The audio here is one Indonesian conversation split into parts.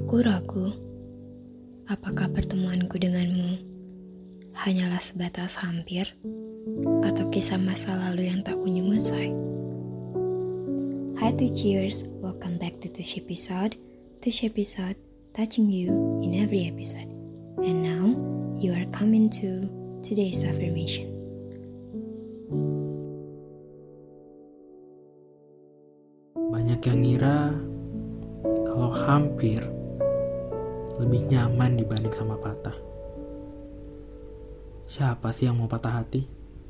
Aku ragu, apakah pertemuanku denganmu hanyalah sebatas hampir atau kisah masa lalu yang tak kunjung usai. Hi to cheers, welcome back to this episode touching you in every episode. And now, you are coming to today's affirmation. Banyak yang ngira kalau hampir lebih nyaman dibanding sama patah. Siapa sih yang mau patah hati?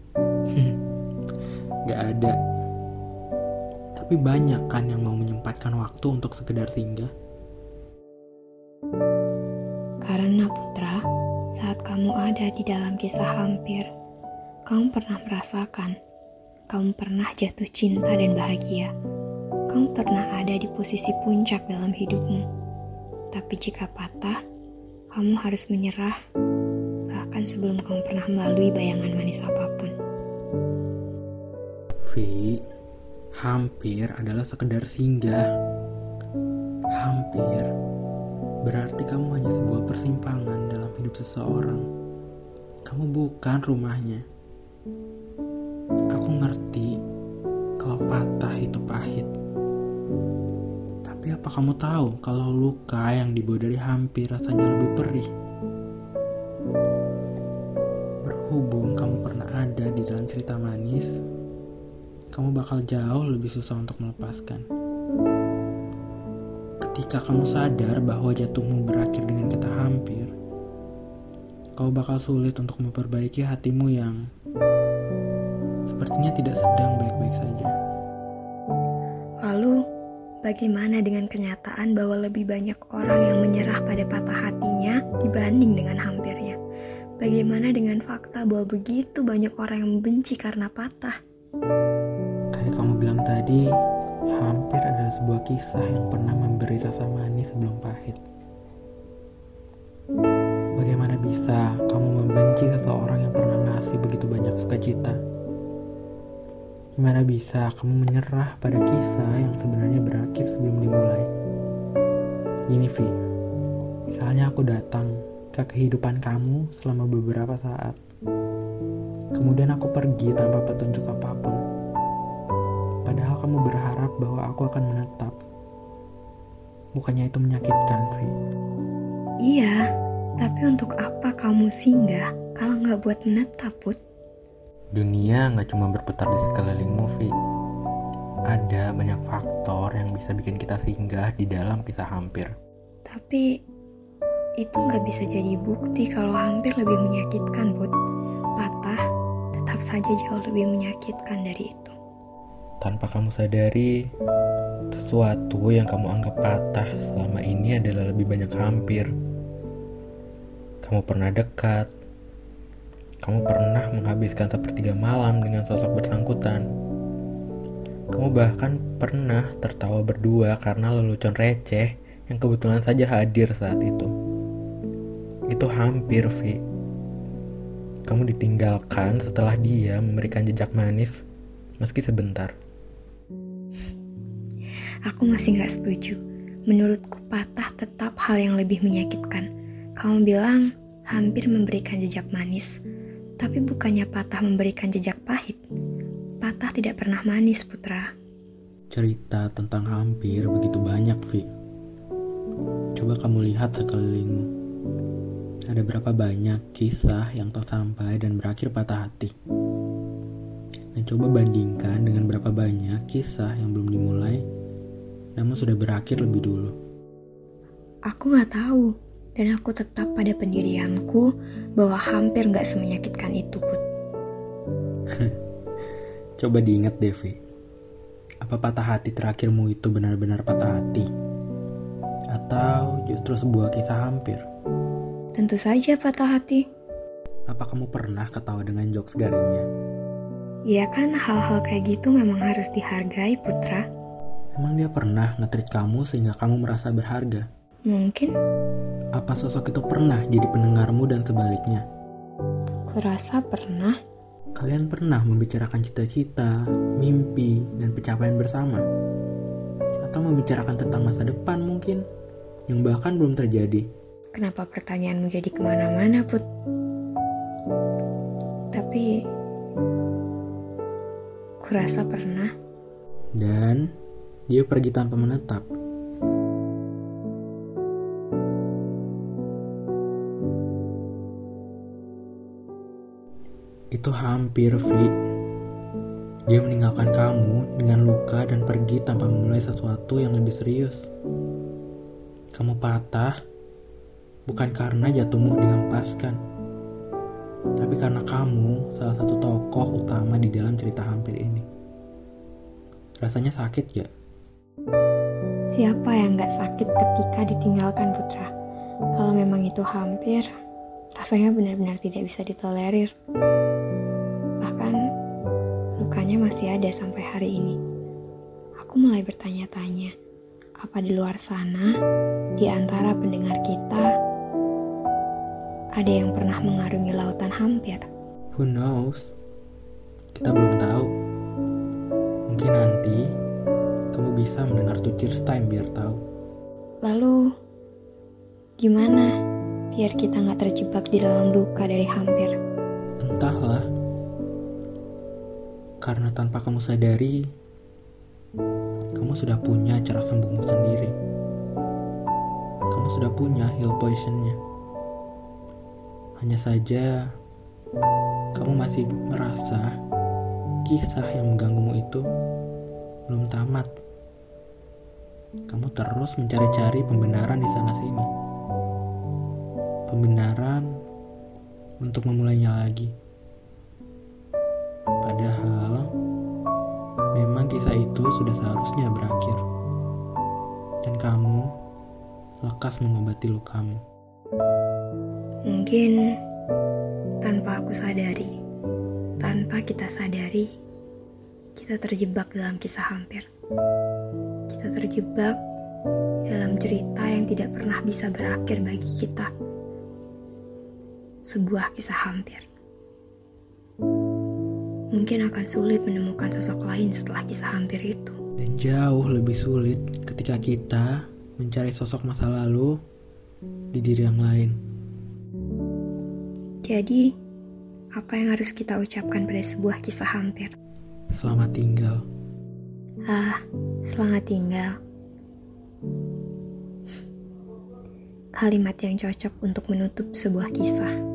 Gak ada. Tapi banyak kan yang mau menyempatkan waktu untuk sekedar singgah. Karena Putra, saat kamu ada di dalam kisah hampir, kamu pernah merasakan, kamu pernah jatuh cinta dan bahagia. Kamu pernah ada di posisi puncak dalam hidupmu. Tapi jika patah, kamu harus menyerah, bahkan sebelum kamu pernah melalui bayangan manis apapun. Vi, hampir adalah sekedar singgah. Hampir berarti kamu hanya sebuah persimpangan dalam hidup seseorang. Kamu bukan rumahnya. Aku ngerti kalau patah itu pahit. Tapi apa kamu tahu kalau luka yang dibawa dari hampir rasanya lebih perih? Berhubung kamu pernah ada di dalam cerita manis, kamu bakal jauh lebih susah untuk melepaskan. Ketika kamu sadar bahwa jatuhmu berakhir dengan kata hampir, kau bakal sulit untuk memperbaiki hatimu yang sepertinya tidak sedang baik-baik saja. Lalu, bagaimana dengan kenyataan bahwa lebih banyak orang yang menyerah pada patah hatinya dibanding dengan hampirnya? Bagaimana dengan fakta bahwa begitu banyak orang yang membenci karena patah? Kayak kamu bilang tadi, hampir adalah sebuah kisah yang pernah memberi rasa manis sebelum pahit. Bagaimana bisa kamu membenci seseorang yang pernah ngasih begitu banyak sukacita? Gimana bisa kamu menyerah pada kisah yang sebenarnya berakhir sebelum dimulai? Gini Vi, misalnya aku datang ke kehidupan kamu selama beberapa saat. Kemudian aku pergi tanpa petunjuk apapun. Padahal kamu berharap bahwa aku akan menetap. Bukannya itu menyakitkan, Vi? Iya, tapi untuk apa kamu singgah kalau nggak buat menetap, Put? Dunia nggak cuma berputar di sekelilingmu, Vi. Ada banyak faktor yang bisa bikin kita singgah di dalam kisah hampir. Tapi itu nggak bisa jadi bukti kalau hampir lebih menyakitkan, Put. Patah tetap saja jauh lebih menyakitkan dari itu. Tanpa kamu sadari, sesuatu yang kamu anggap patah selama ini adalah lebih banyak hampir. Kamu pernah dekat. Kamu pernah menghabiskan sepertiga malam dengan sosok bersangkutan. Kamu bahkan pernah tertawa berdua karena lelucon receh yang kebetulan saja hadir saat itu. Itu hampir, Vi. Kamu ditinggalkan setelah dia memberikan jejak manis, meski sebentar. Aku masih gak setuju. Menurutku patah tetap hal yang lebih menyakitkan. Kamu bilang hampir memberikan jejak manis. Tapi bukannya patah memberikan jejak pahit. Patah tidak pernah manis, Putra. Cerita tentang hampir begitu banyak, Vi. Coba kamu lihat sekelilingmu. Ada berapa banyak kisah yang tak sampai dan berakhir patah hati. Dan coba bandingkan dengan berapa banyak kisah yang belum dimulai, namun sudah berakhir lebih dulu. Aku gak tahu. Dan aku tetap pada pendirianku bahwa hampir gak semenyakitkan itu, Put. Coba diingat, Devi. Apa patah hati terakhirmu itu benar-benar patah hati? Atau justru sebuah kisah hampir? Tentu saja patah hati. Apa kamu pernah ketawa dengan jokes garingnya? Iya kan, hal-hal kayak gitu memang harus dihargai, Putra. Emang dia pernah nge-treat kamu sehingga kamu merasa berharga? Mungkin. Apa sosok itu pernah jadi pendengarmu dan sebaliknya? Kurasa pernah. Kalian pernah membicarakan cita-cita, mimpi, dan pencapaian bersama? Atau membicarakan tentang masa depan mungkin? yang bahkan belum terjadi. Kenapa pertanyaanmu jadi kemana-mana, Put? Tapi, kurasa pernah. Dan dia pergi tanpa menetap. Itu hampir, Vi. Dia meninggalkan kamu dengan luka dan pergi tanpa memulai sesuatu yang lebih serius. Kamu patah, bukan karena jatuhmu dihempaskan, tapi karena kamu salah satu tokoh utama di dalam cerita hampir ini. Rasanya sakit gak? Siapa yang gak sakit ketika ditinggalkan, Putra? Kalau memang itu hampir, rasanya benar-benar tidak bisa ditolerir. Bahkan, lukanya masih ada sampai hari ini. Aku mulai bertanya-tanya, apa di luar sana, di antara pendengar kita, ada yang pernah mengarungi lautan hampir? Who knows? Kita belum tahu. Mungkin nanti kamu bisa mendengar Two Cheers Time biar tahu. Lalu, gimana biar kita gak terjebak di dalam luka dari hampir? Entahlah. Karena tanpa kamu sadari, kamu sudah punya cara sembuhmu sendiri. Kamu sudah punya heal potionnya. Hanya saja, kamu masih merasa kisah yang mengganggumu itu belum tamat. Kamu terus mencari-cari pembenaran di sana-sini. Pembenaran untuk memulainya lagi. Padahal, memang kisah itu sudah seharusnya berakhir. Dan kamu lekas mengobati lukamu. Mungkin tanpa aku sadari, tanpa kita sadari, kita terjebak dalam kisah hampir. Kita terjebak dalam cerita yang tidak pernah bisa berakhir bagi kita. Sebuah kisah hampir. Mungkin akan sulit menemukan sosok lain setelah kisah hampir itu. Dan jauh lebih sulit ketika kita mencari sosok masa lalu di diri yang lain. Jadi, apa yang harus kita ucapkan pada sebuah kisah hampir? Selamat tinggal. Selamat tinggal. Kalimat yang cocok untuk menutup sebuah kisah.